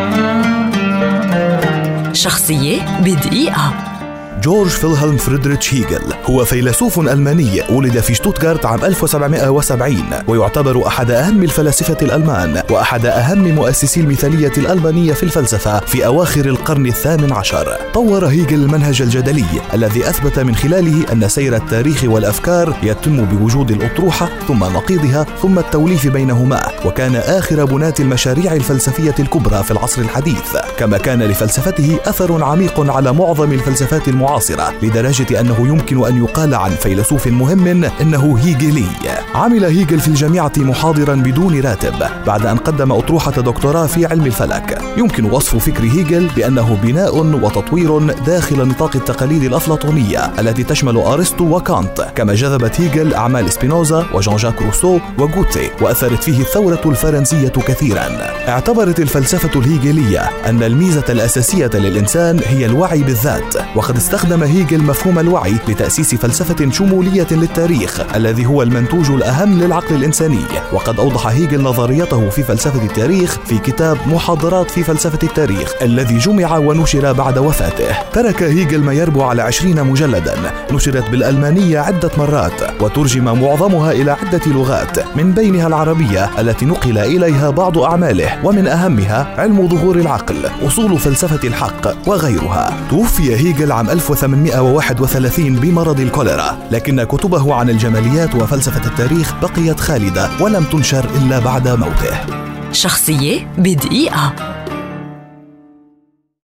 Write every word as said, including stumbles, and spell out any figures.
شخصية بدقيقة. جورج فيلهلم فريدريتش هيجل هو فيلسوف ألماني ولد في شتوتغارت عام ألف وسبعمائة وسبعين، ويعتبر أحد أهم الفلاسفة الألمان وأحد أهم مؤسسي المثالية الألمانية في الفلسفة في أواخر القرن الثامن عشر. طور هيجل المنهج الجدلي الذي أثبت من خلاله أن سير التاريخ والأفكار يتم بوجود الأطروحة ثم نقيضها ثم التوليف بينهما، وكان آخر بناة المشاريع الفلسفية الكبرى في العصر الحديث، كما كان لفلسفته أثر عميق على معظم الفلسفات المعاصرة، لدرجة أنه يمكن أن يقال عن فيلسوف مهم إنه هيجلي. عمل هيجل في الجامعة محاضرا بدون راتب بعد أن قدم أطروحة دكتوراه في علم الفلك. يمكن وصف فكر هيجل بأنه بناء وتطوير داخل نطاق التقاليد الأفلاطونية التي تشمل أرسطو وكانت، كما جذبت هيجل أعمال سبينوزا وجان جاك روسو وغوتي، وأثرت فيه الثورة الفرنسية كثيرا. اعتبرت الفلسفة الهيجلية أن الميزة الأساسية للإنسان هي الوعي بالذات، وقد استخدم هيجل مفهوم الوعي لتأسيس فلسفة شمولية للتاريخ الذي هو المنتوج الأهم للعقل الإنساني. وقد أوضح هيجل نظريته في فلسفة التاريخ في كتاب محاضرات في فلسفة التاريخ الذي جمع ونشر بعد وفاته. ترك هيجل ما يربو على عشرين مجلدا، نشرت بالألمانية عدة مرات وترجم معظمها إلى عدة لغات، من بينها العربية التي نقل إليها بعض أعماله، ومن أهمها علم ظهور العقل، أصول فلسفة الحق وغيرها. توفي هيجل عام ألف وثمانمائة وواحد وثلاثين بمرض الكوليرا، لكن كتبه عن الجماليات وفلسفة التاريخ بقيت خالدة ولم تنشر إلا بعد موته. شخصية بدقيقة.